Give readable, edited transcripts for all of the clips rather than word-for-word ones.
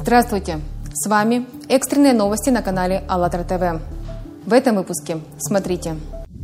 Здравствуйте! С вами экстренные новости на канале АЛЛАТРА ТВ. В этом выпуске смотрите.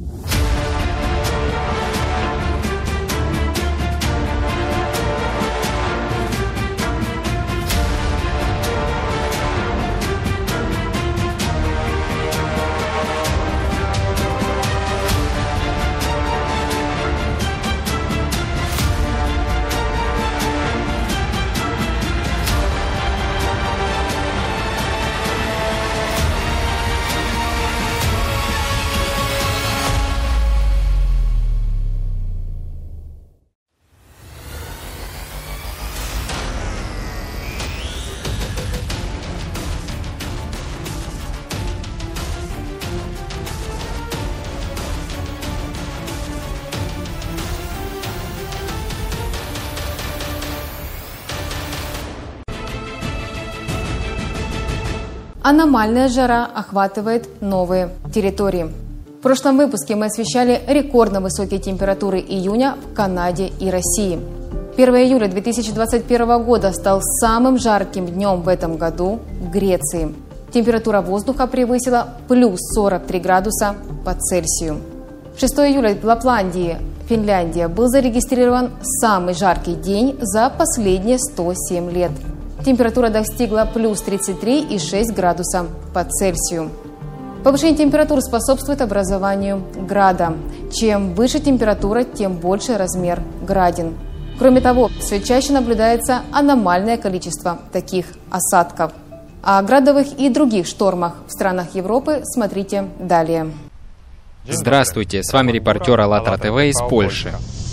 Аномальная жара охватывает новые территории. В прошлом выпуске мы освещали рекордно высокие температуры июня в Канаде и России. 1 июля 2021 года стал самым жарким днем в этом году в Греции. Температура воздуха превысила плюс 43 градуса по Цельсию. 6 июля в Лапландии, Финляндия, был зарегистрирован самый жаркий день за последние 107 лет. Температура достигла плюс 33,6 градуса по Цельсию. Повышение температуры способствует образованию града. Чем выше температура, тем больше размер градин. Кроме того, все чаще наблюдается аномальное количество таких осадков. О градовых и других штормах в странах Европы смотрите далее. Здравствуйте, с вами репортер АЛЛАТРА ТВ из Польши.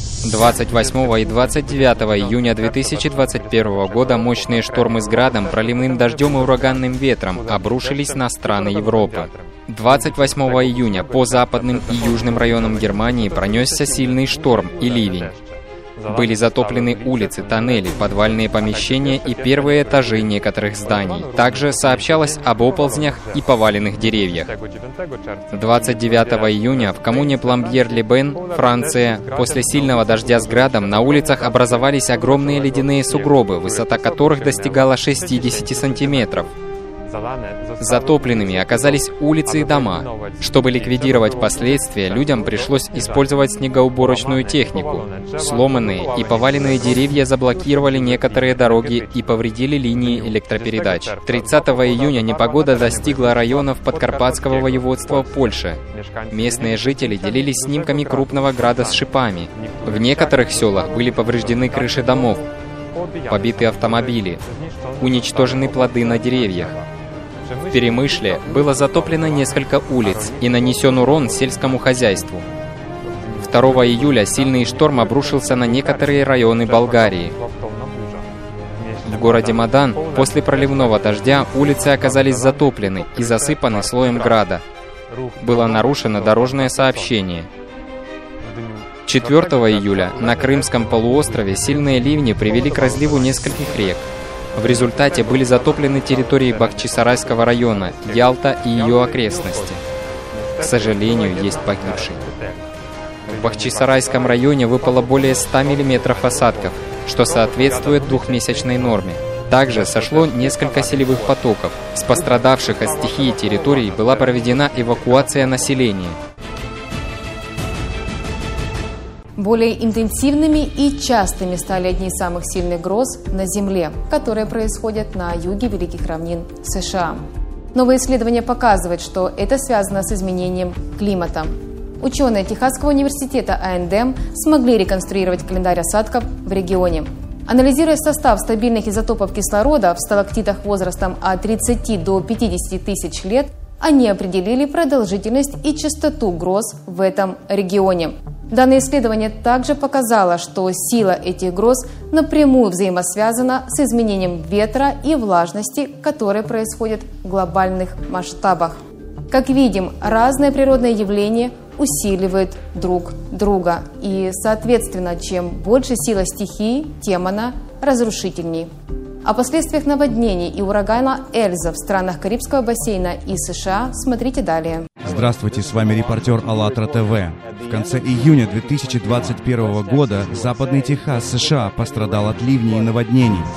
28 и 29 июня 2021 года мощные штормы с градом, проливным дождем и ураганным ветром обрушились на страны Европы. 28 июня по западным и южным районам Германии пронесся сильный шторм и ливень. Были затоплены улицы, тоннели, подвальные помещения и первые этажи некоторых зданий. Также сообщалось об оползнях и поваленных деревьях. 29 июня в коммуне Пламбьер-Ле-Бен, Франция, после сильного дождя с градом на улицах образовались огромные ледяные сугробы, высота которых достигала 60 сантиметров. Затопленными оказались улицы и дома. Чтобы ликвидировать последствия, людям пришлось использовать снегоуборочную технику. Сломанные и поваленные деревья заблокировали некоторые дороги и повредили линии электропередач. 30 июня непогода достигла районов Подкарпатского воеводства в Польше. Местные жители делились снимками крупного града с шипами. В некоторых селах были повреждены крыши домов, побиты автомобили, уничтожены плоды на деревьях. В Перемышле было затоплено несколько улиц и нанесен урон сельскому хозяйству. 2 июля сильный шторм обрушился на некоторые районы Болгарии. В городе Мадан после проливного дождя улицы оказались затоплены и засыпаны слоем града. Было нарушено дорожное сообщение. 4 июля на Крымском полуострове сильные ливни привели к разливу нескольких рек. В результате были затоплены территории Бахчисарайского района, Ялта и ее окрестности. К сожалению, есть погибшие. В Бахчисарайском районе выпало более 100 мм осадков, что соответствует двухмесячной норме. Также сошло несколько селевых потоков. С пострадавших от стихии территорий была проведена эвакуация населения. Более интенсивными и частыми стали одни из самых сильных гроз на Земле, которые происходят на юге Великих равнин США. Новые исследования показывают, что это связано с изменением климата. Ученые Техасского университета А&М смогли реконструировать календарь осадков в регионе. Анализируя состав стабильных изотопов кислорода в сталактитах возрастом от 30 до 50 тысяч лет, они определили продолжительность и частоту гроз в этом регионе. Данное исследование также показало, что сила этих гроз напрямую взаимосвязана с изменением ветра и влажности, которые происходят в глобальных масштабах. Как видим, разные природные явления усиливают друг друга, и, соответственно, чем больше сила стихии, тем она разрушительней. О последствиях наводнений и урагана Эльза в странах Карибского бассейна и США смотрите далее. Здравствуйте, с вами репортер АЛЛАТРА ТВ. В конце июня 2021 года Западный Техас, США, пострадал от ливней и наводнений.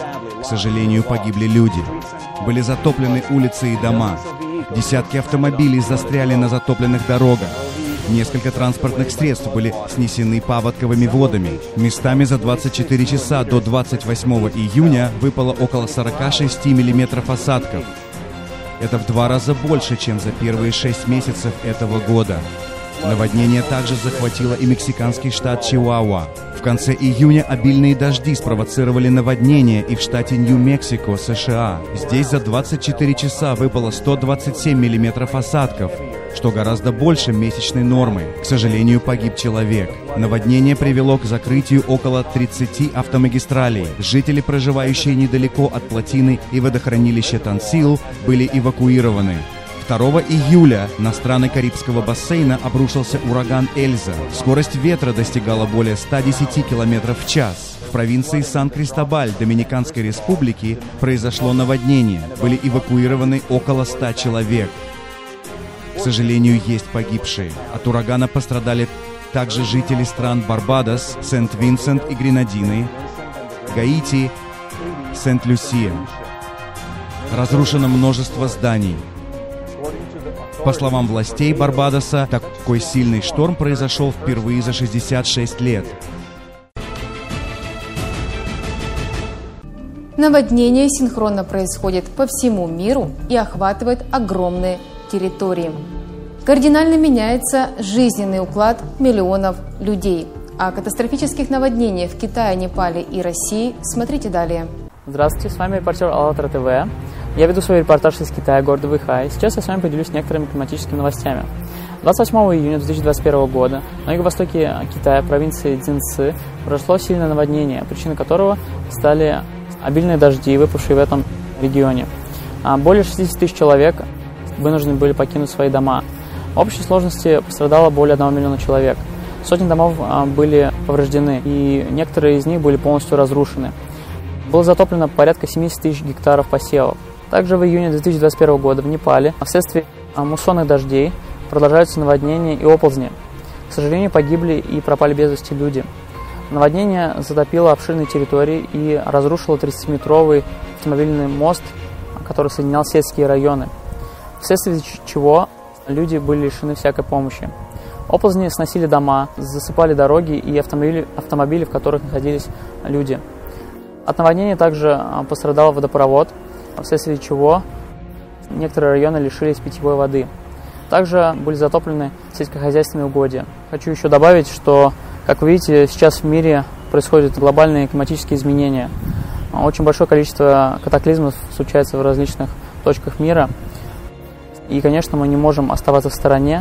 сожалению, погибли люди. Были затоплены улицы и дома. Десятки автомобилей застряли на затопленных дорогах. Несколько транспортных средств были снесены паводковыми водами. Местами за 24 часа до 28 июня выпало около 46 миллиметров осадков. Это в 2 раза больше, чем за первые 6 месяцев этого года. Наводнение также захватило и мексиканский штат Чиуауа. В конце июня обильные дожди спровоцировали наводнение и в штате Нью-Мексико, США. Здесь за 24 часа выпало 127 миллиметров осадков, что гораздо больше месячной нормы. К сожалению, погиб человек. Наводнение привело к закрытию около 30 автомагистралей. Жители, проживающие недалеко от плотины и водохранилища Тансил, были эвакуированы. 2 июля на страны Карибского бассейна обрушился ураган Эльза. Скорость ветра достигала более 110 км в час. В провинции Сан-Кристобаль Доминиканской Республики произошло наводнение. Были эвакуированы около 100 человек. К сожалению, есть погибшие. От урагана пострадали также жители стран Барбадос, Сент-Винсент и Гренадины, Гаити, Сент-Люсия. Разрушено множество зданий. По словам властей Барбадоса, такой сильный шторм произошел впервые за 66 лет. Наводнение синхронно происходит по всему миру и охватывает огромные территории. Кардинально меняется жизненный уклад миллионов людей. О катастрофических наводнениях в Китае, Непале и России смотрите далее. Здравствуйте, с вами репортер АЛЛАТРА ТВ. Я веду свой репортаж из Китая, города Вэйхай. Сейчас я с вами поделюсь некоторыми климатическими новостями. 28 июня 2021 года на юго-востоке Китая, провинции Цзиньцзы, произошло сильное наводнение, причиной которого стали обильные дожди, выпавшие в этом регионе. Более 60 тысяч человек вынуждены были покинуть свои дома. В общей сложности пострадало более 1 миллиона человек. Сотни домов были повреждены, и некоторые из них были полностью разрушены. Было затоплено порядка 70 тысяч гектаров посевов. Также в июне 2021 года в Непале вследствие муссонных дождей продолжаются наводнения и оползни. К сожалению, погибли и пропали без вести люди. Наводнение затопило обширные территории и разрушило 30-метровый автомобильный мост, который соединял сельские районы, вследствие чего люди были лишены всякой помощи. Оползни сносили дома, засыпали дороги и автомобили, в которых находились люди. От наводнения также пострадал водопровод, вследствие чего некоторые районы лишились питьевой воды. Также были затоплены сельскохозяйственные угодья. Хочу еще добавить, что, как вы видите, сейчас в мире происходят глобальные климатические изменения. Очень большое количество катаклизмов случается в различных точках мира. И, конечно, мы не можем оставаться в стороне.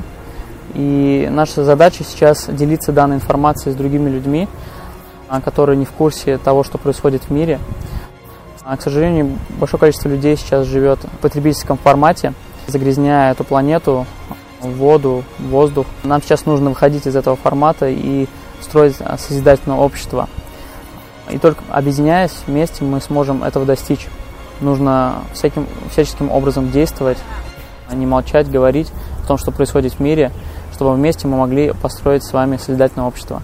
И наша задача сейчас делиться данной информацией с другими людьми, которые не в курсе того, что происходит в мире. К сожалению, большое количество людей сейчас живет в потребительском формате, загрязняя эту планету, воду, воздух. Нам сейчас нужно выходить из этого формата и строить созидательное общество. И только объединяясь вместе, мы сможем этого достичь. Нужно всяческим образом действовать, а не молчать, говорить о том, что происходит в мире, чтобы вместе мы могли построить с вами созидательное общество.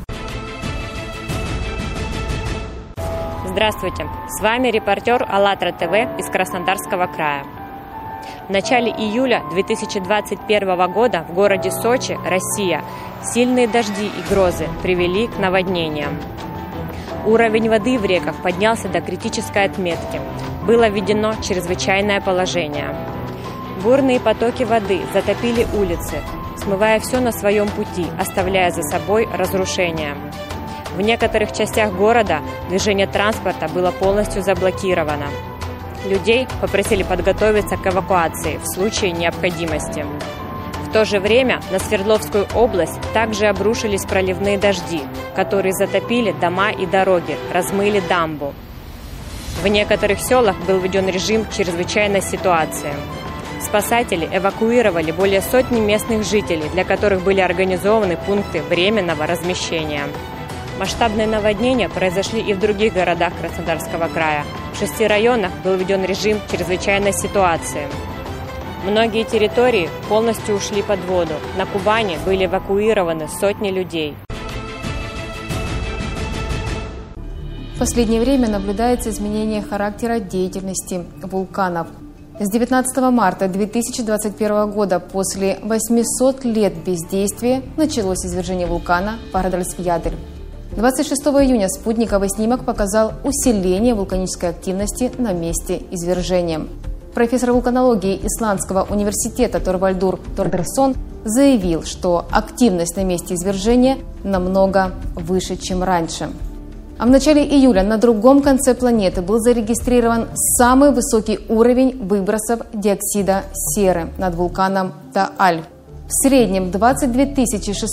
Здравствуйте, с вами репортер АЛЛАТРА ТВ из Краснодарского края. В начале июля 2021 года в городе Сочи, Россия, сильные дожди и грозы привели к наводнениям. Уровень воды в реках поднялся до критической отметки. Было введено чрезвычайное положение. Бурные потоки воды затопили улицы, смывая все на своем пути, оставляя за собой разрушения. В некоторых частях города движение транспорта было полностью заблокировано. Людей попросили подготовиться к эвакуации в случае необходимости. В то же время на Свердловскую область также обрушились проливные дожди, которые затопили дома и дороги, размыли дамбу. В некоторых селах был введен режим чрезвычайной ситуации. Спасатели эвакуировали более сотни местных жителей, для которых были организованы пункты временного размещения. Масштабные наводнения произошли и в других городах Краснодарского края. В 6 районах был введен режим чрезвычайной ситуации. Многие территории полностью ушли под воду. На Кубани были эвакуированы сотни людей. последнее время наблюдается изменение характера деятельности вулканов. С 19 марта 2021 года, после 800 лет бездействия, началось извержение вулкана Пардальсфьядель. 26 июня спутниковый снимок показал усиление вулканической активности на месте извержения. Профессор вулканологии Исландского университета Торвальдур Тордерсон заявил, что активность на месте извержения намного выше, чем раньше. А в начале июля на другом конце планеты был зарегистрирован самый высокий уровень выбросов диоксида серы над вулканом Тааль. В среднем 22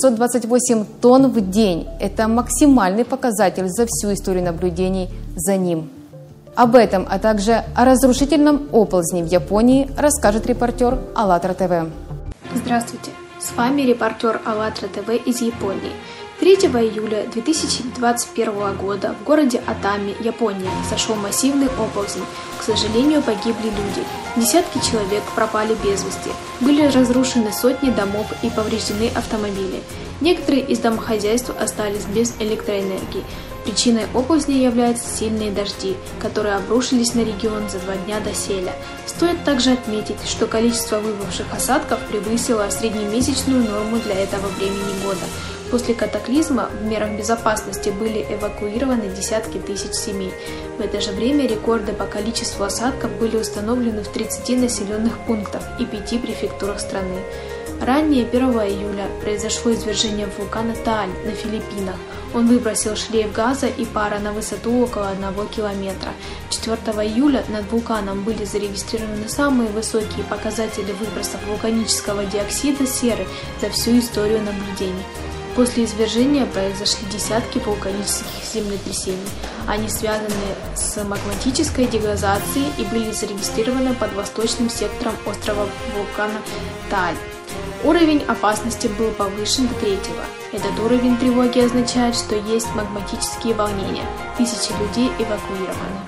628 тонн в день. Это максимальный показатель за всю историю наблюдений за ним. Об этом, а также о разрушительном оползне в Японии расскажет репортер АЛЛАТРА ТВ. Здравствуйте, с вами репортер АЛЛАТРА ТВ из Японии. 3 июля 2021 года в городе Атами, Япония, сошел массивный оползень. К сожалению, погибли люди. Десятки человек пропали без вести. Были разрушены сотни домов и повреждены автомобили. Некоторые из домохозяйств остались без электроэнергии. Причиной оползня являются сильные дожди, которые обрушились на регион за 2 дня до селя. Стоит также отметить, что количество выпавших осадков превысило среднемесячную норму для этого времени года. После катаклизма в мерах безопасности были эвакуированы десятки тысяч семей. В это же время рекорды по количеству осадков были установлены в 30 населенных пунктах и 5 префектурах страны. Ранее 1 июля произошло извержение вулкана Тааль на Филиппинах. Он выбросил шлейф газа и пара на высоту около 1 километра. 4 июля над вулканом были зарегистрированы самые высокие показатели выбросов вулканического диоксида серы за всю историю наблюдений. После извержения произошли десятки вулканических землетрясений. Они связаны с магматической дегазацией и были зарегистрированы под восточным сектором острова вулкана Тааль. Уровень опасности был повышен до 3-го. Этот уровень тревоги означает, что есть магматические волнения. Тысячи людей эвакуированы.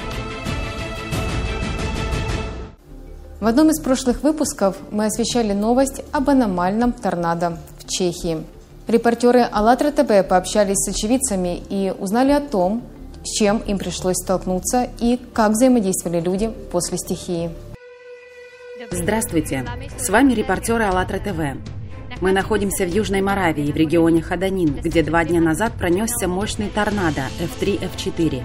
В одном из прошлых выпусков мы освещали новость об аномальном торнадо в Чехии. Репортеры АЛЛАТРА ТВ пообщались с очевидцами и узнали о том, с чем им пришлось столкнуться и как взаимодействовали люди после стихии. Здравствуйте, с вами репортеры АЛЛАТРА ТВ. Мы находимся в Южной Моравии, в регионе Хаданин, где 2 дня назад пронесся мощный торнадо F3, F4.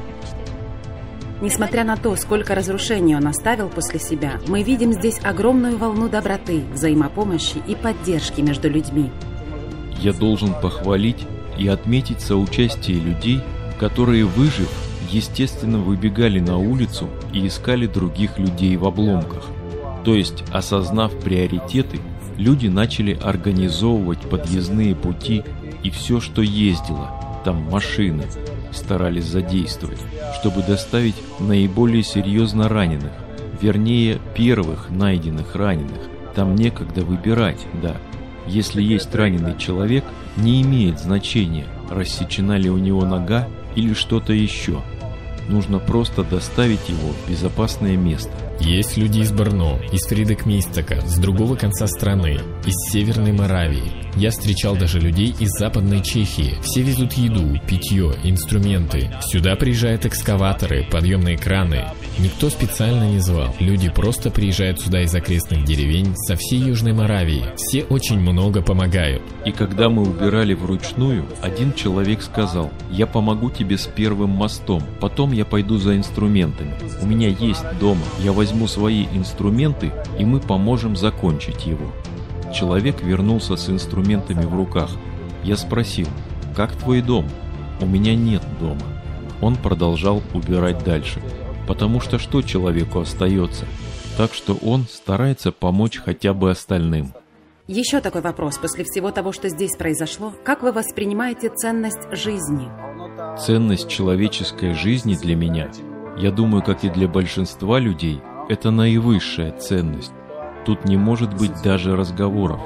Несмотря на то, сколько разрушений он оставил после себя, мы видим здесь огромную волну доброты, взаимопомощи и поддержки между людьми. Я должен похвалить и отметить соучастие людей, которые, выжив, естественно выбегали на улицу и искали других людей в обломках. То есть, осознав приоритеты, люди начали организовывать подъездные пути и все, что ездило, там машины, старались задействовать, чтобы доставить наиболее серьезно раненых, вернее, первых найденных раненых. Там некогда выбирать, да. Если есть раненый человек, не имеет значения, рассечена ли у него нога или что-то еще. Нужно просто доставить его в безопасное место. Есть люди из Брно, из Фридекмейстека, с другого конца страны, из Северной Моравии. Я встречал даже людей из Западной Чехии. Все везут еду, питье, инструменты. Сюда приезжают экскаваторы, подъемные краны. Никто специально не звал. Люди просто приезжают сюда из окрестных деревень, со всей Южной Моравии. Все очень много помогают. И когда мы убирали вручную, один человек сказал: «Я помогу тебе с первым мостом, потом я пойду за инструментами. У меня есть дома, я возьму свои инструменты, и мы поможем закончить его». Человек вернулся с инструментами в руках. Я спросил: «Как твой дом?» «У меня нет дома». Он продолжал убирать дальше, потому что человеку остается? Так что он старается помочь хотя бы остальным. Еще такой вопрос. После всего того, что здесь произошло, как вы воспринимаете ценность жизни? Ценность человеческой жизни для меня, я думаю, как и для большинства людей, это наивысшая ценность. Тут не может быть даже разговоров.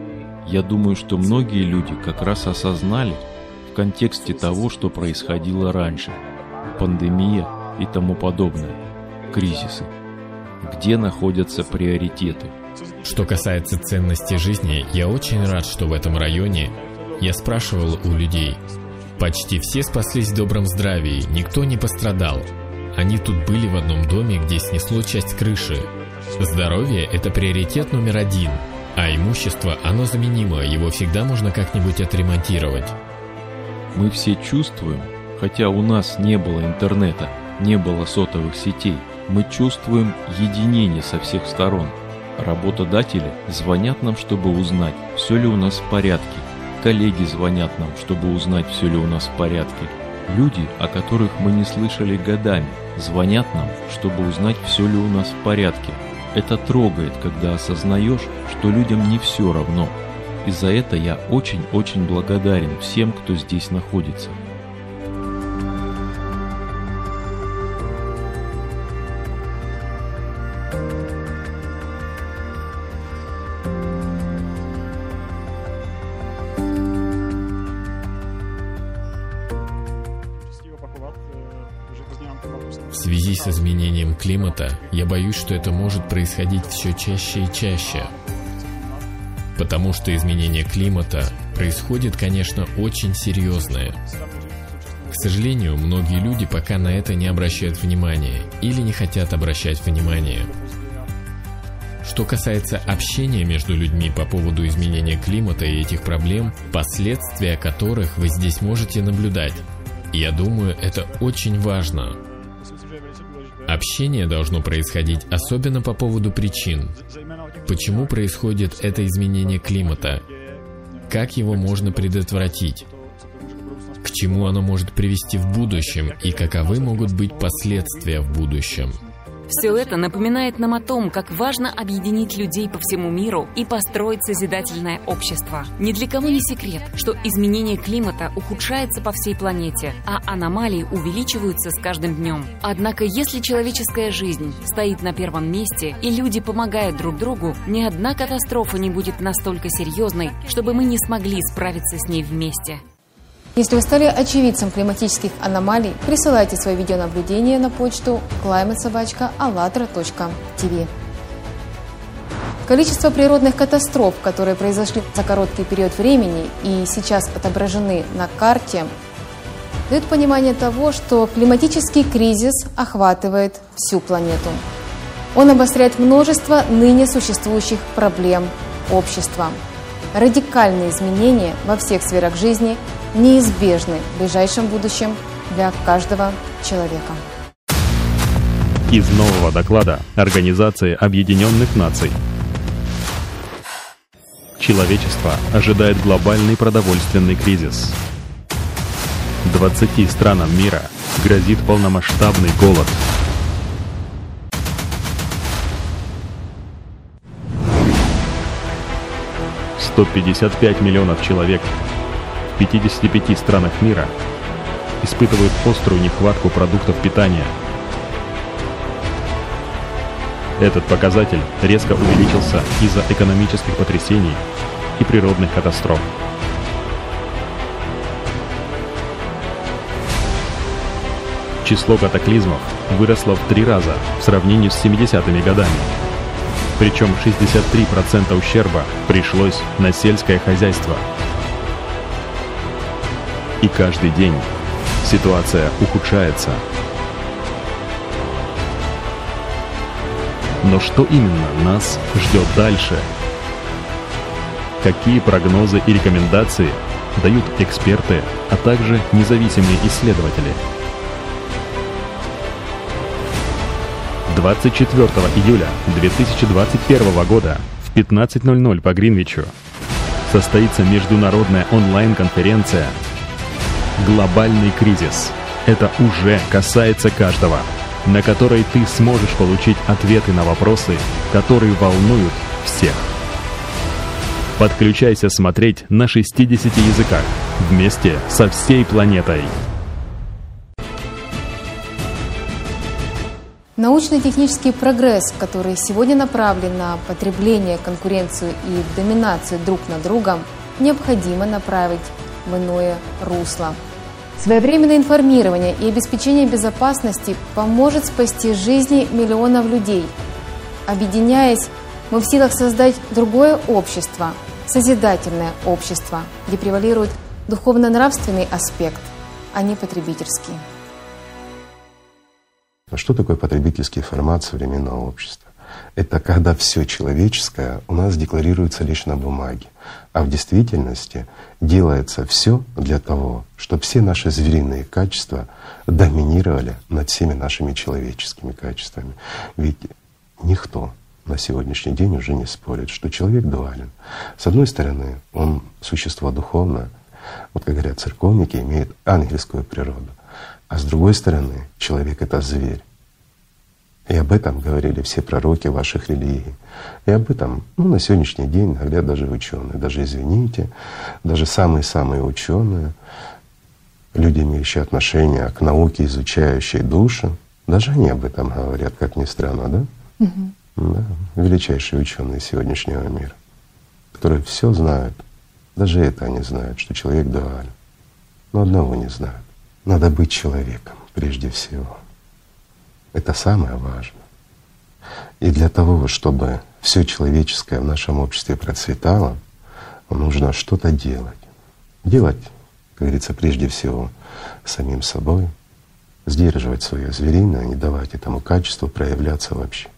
Я думаю, что многие люди как раз осознали в контексте того, что происходило раньше. Пандемия и тому подобное. Кризисы. Где находятся приоритеты? Что касается ценности жизни, я очень рад, что в этом районе я спрашивал у людей, Почти все спаслись в добром здравии, никто не пострадал. Они тут были в одном доме, где снесло часть крыши. Здоровье – это приоритет номер один, а имущество, оно заменимо, его всегда можно как-нибудь отремонтировать. Мы все чувствуем, хотя у нас не было интернета, не было сотовых сетей, мы чувствуем единение со всех сторон. Работодатели звонят нам, чтобы узнать, все ли у нас в порядке. Коллеги звонят нам, чтобы узнать, все ли у нас в порядке. Люди, о которых мы не слышали годами, звонят нам, чтобы узнать, все ли у нас в порядке. Это трогает, когда осознаешь, что людям не все равно. И за это я очень-очень благодарен всем, кто здесь находится. В связи с изменением климата, я боюсь, что это может происходить все чаще и чаще. Потому что изменение климата происходит, конечно, очень серьезное. К сожалению, многие люди пока на это не обращают внимания или не хотят обращать внимание. Что касается общения между людьми по поводу изменения климата и этих проблем, последствия которых вы здесь можете наблюдать, я думаю, это очень важно. Общение должно происходить особенно по поводу причин. Почему происходит это изменение климата? Как его можно предотвратить? К чему оно может привести в будущем и каковы могут быть последствия в будущем? Все это напоминает нам о том, как важно объединить людей по всему миру и построить созидательное общество. Ни для кого не секрет, что изменение климата ухудшается по всей планете, а аномалии увеличиваются с каждым днем. Однако, если человеческая жизнь стоит на первом месте и люди помогают друг другу, ни одна катастрофа не будет настолько серьезной, чтобы мы не смогли справиться с ней вместе. Если вы стали очевидцем климатических аномалий, присылайте свои видеонаблюдения на почту climate@allatra.tv. Количество природных катастроф, которые произошли за короткий период времени и сейчас отображены на карте, дают понимание того, что климатический кризис охватывает всю планету. Он обостряет множество ныне существующих проблем общества. Радикальные изменения во всех сферах жизни неизбежны в ближайшем будущем для каждого человека. Из нового доклада Организации Объединенных Наций. Человечество ожидает глобальный продовольственный кризис. 20 странам мира грозит полномасштабный голод. $155 миллионов человек в 55 странах мира испытывают острую нехватку продуктов питания. Этот показатель резко увеличился из-за экономических потрясений и природных катастроф. Число катаклизмов выросло в 3 раза в сравнении с 70-ми годами. Причем 63% ущерба пришлось на сельское хозяйство. И каждый день ситуация ухудшается. Но что именно нас ждет дальше? Какие прогнозы и рекомендации дают эксперты, а также независимые исследователи? 24 июля 2021 года в 15:00 по Гринвичу состоится международная онлайн-конференция «Глобальный кризис». Это уже касается каждого, на которой ты сможешь получить ответы на вопросы, которые волнуют всех. Подключайся смотреть на 60 языках вместе со всей планетой. Научно-технический прогресс, который сегодня направлен на потребление, конкуренцию и доминацию друг над другом, необходимо направить в иное русло. Своевременное информирование и обеспечение безопасности поможет спасти жизни миллионов людей. Объединяясь, мы в силах создать другое общество, созидательное общество, где превалирует духовно-нравственный аспект – а не потребительский. Что такое потребительский формат современного общества? Это когда все человеческое у нас декларируется лишь на бумаге, а в действительности делается все для того, чтобы все наши звериные качества доминировали над всеми нашими человеческими качествами. Ведь никто на сегодняшний день уже не спорит, что человек дуален. С одной стороны, он существо духовное, вот как говорят церковники, имеет ангельскую природу, а с другой стороны, человек — это зверь. И об этом говорили все пророки ваших религий. И об этом на сегодняшний день говорят даже ученые. Даже, извините, даже самые-самые ученые, люди, имеющие отношение к науке, изучающие душу, даже они об этом говорят, как ни странно, да? Да, величайшие ученые сегодняшнего мира, которые все знают, даже это они знают, что человек дуален. Но одного не знают. Надо быть человеком прежде всего. Это самое важное. И для того, чтобы все человеческое в нашем обществе процветало, нужно что-то делать. Делать, как говорится, прежде всего самим собой, сдерживать свое звериное, не давать этому качеству проявляться вообще.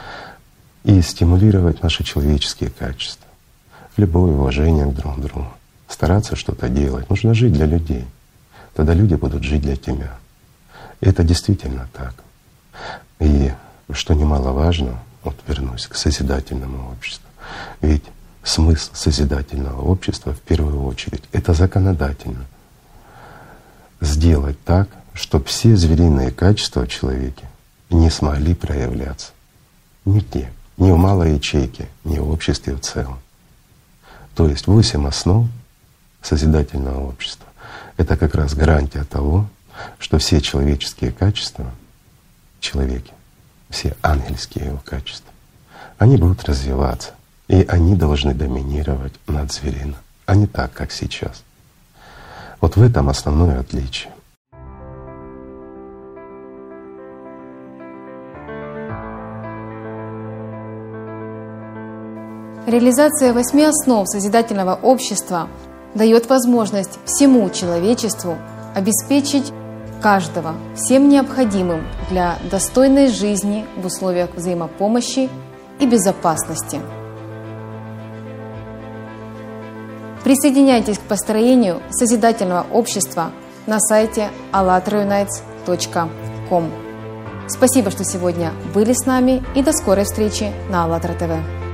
И стимулировать наши человеческие качества. Любовь, уважение к друг другу. Стараться что-то делать. Нужно жить для людей. Тогда люди будут жить для тебя. И это действительно так. И что немаловажно, вот вернусь к созидательному обществу. Ведь смысл созидательного общества в первую очередь — это законодательно сделать так, чтобы все звериные качества в человеке не смогли проявляться нигде, ни в малой ячейке, ни в обществе в целом. То есть 8 основ созидательного общества — это как раз гарантия того, что все человеческие качества в человеке, все ангельские его качества, они будут развиваться, и они должны доминировать над звериным, а не так, как сейчас. Вот в этом основное отличие. Реализация 8 основ созидательного общества дает возможность всему человечеству обеспечить каждого всем необходимым для достойной жизни в условиях взаимопомощи и безопасности. Присоединяйтесь к построению созидательного общества на сайте allatraunites.com. Спасибо, что сегодня были с нами, и до скорой встречи на АЛЛАТРА ТВ.